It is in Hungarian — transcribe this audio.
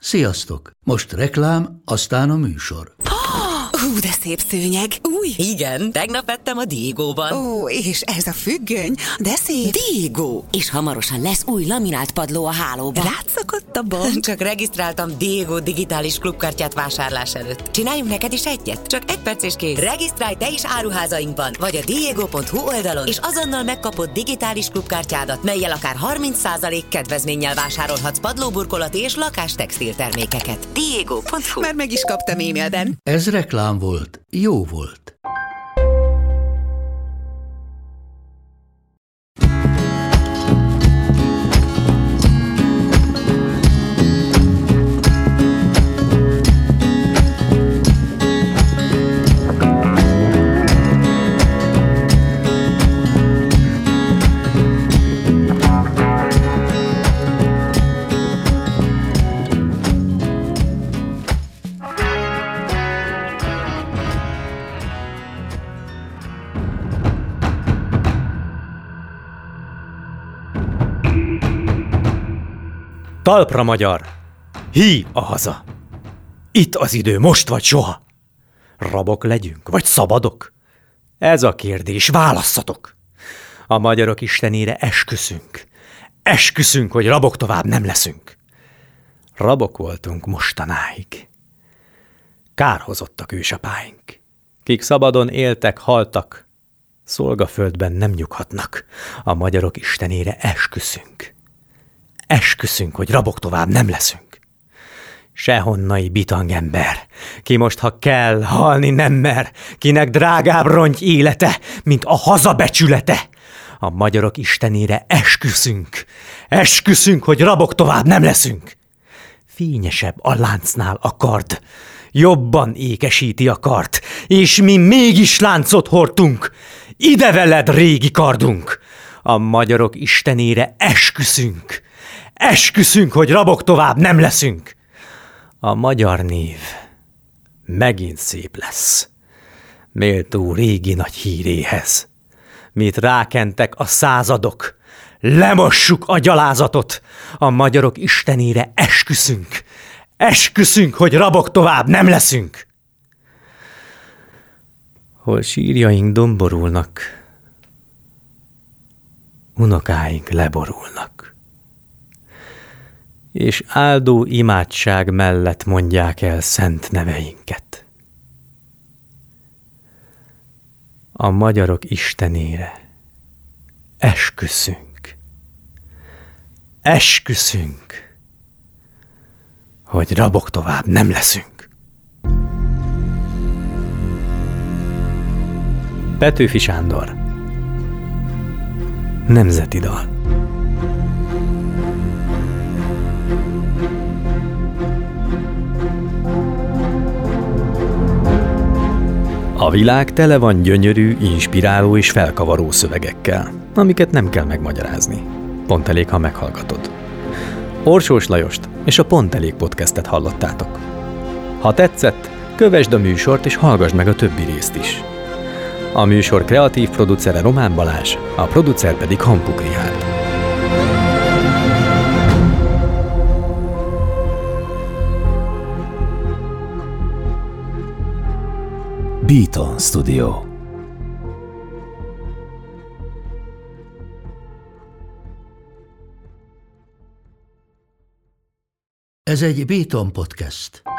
Sziasztok! Most reklám, aztán a műsor. Hú, de szép szőnyeg. Új? Igen, tegnap vettem a Diegóban. Ó, és ez a függöny, de szép. Diegó! És hamarosan lesz új laminált padló a hálóban. Rátszakadt a bank. Csak regisztráltam Diegó digitális klubkártyát vásárlás előtt. Csináljunk neked is egyet? Csak 1 perc és kész. Regisztrálj te is áruházainkban, vagy a diego.hu oldalon, és azonnal megkapod digitális klubkártyádat, mellyel akár 30% kedvezménnyel vásárolhatsz padlóburkolati és lakástextil termékeket. Diego.hu. Már meg is kaptam e-mailben. Ez reklám volt, jó volt. Talpra, magyar! Hí a haza! Itt az idő, most vagy soha! Rabok legyünk, vagy szabadok? Ez a kérdés, válasszatok! A magyarok istenére esküszünk. Esküszünk, hogy rabok tovább nem leszünk. Rabok voltunk mostanáig. Kárhozottak ősapáink. Kik szabadon éltek, haltak, szolgaföldben nem nyughatnak. A magyarok istenére esküszünk. Esküszünk, hogy rabok tovább nem leszünk. Sehonnai bitangember, ki most, ha kell, halni nem mer, kinek drágább rongy élete, mint a haza becsülete. A magyarok istenére esküszünk. Esküszünk, hogy rabok tovább nem leszünk. Fényesebb a láncnál a kard, jobban ékesíti a kart, és mi mégis láncot hordtunk. Ide veled, régi kardunk! A magyarok istenére esküszünk. Esküszünk, hogy rabok tovább nem leszünk. A magyar név megint szép lesz, méltó régi nagy híréhez. Mit rákentek a századok, lemossuk a gyalázatot. A magyarok istenére esküszünk. Esküszünk, hogy rabok tovább nem leszünk. Hol sírjaink domborulnak, unokáink leborulnak, és áldó imádság mellett mondják el szent neveinket. A magyarok istenére esküszünk. Esküszünk, hogy rabok tovább nem leszünk. Petőfi Sándor. Nemzeti dal. A világ tele van gyönyörű, inspiráló és felkavaró szövegekkel, amiket nem kell megmagyarázni. Pont elég, ha meghallgatod. Orsós Lajost és a Pont Elég podcastet hallottátok. Ha tetszett, kövesd a műsort és hallgass meg a többi részt is. A műsor kreatív producere Román Balázs, a producer pedig Hampuk Richárd. Beaton Studio. Ez egy Beaton podcast.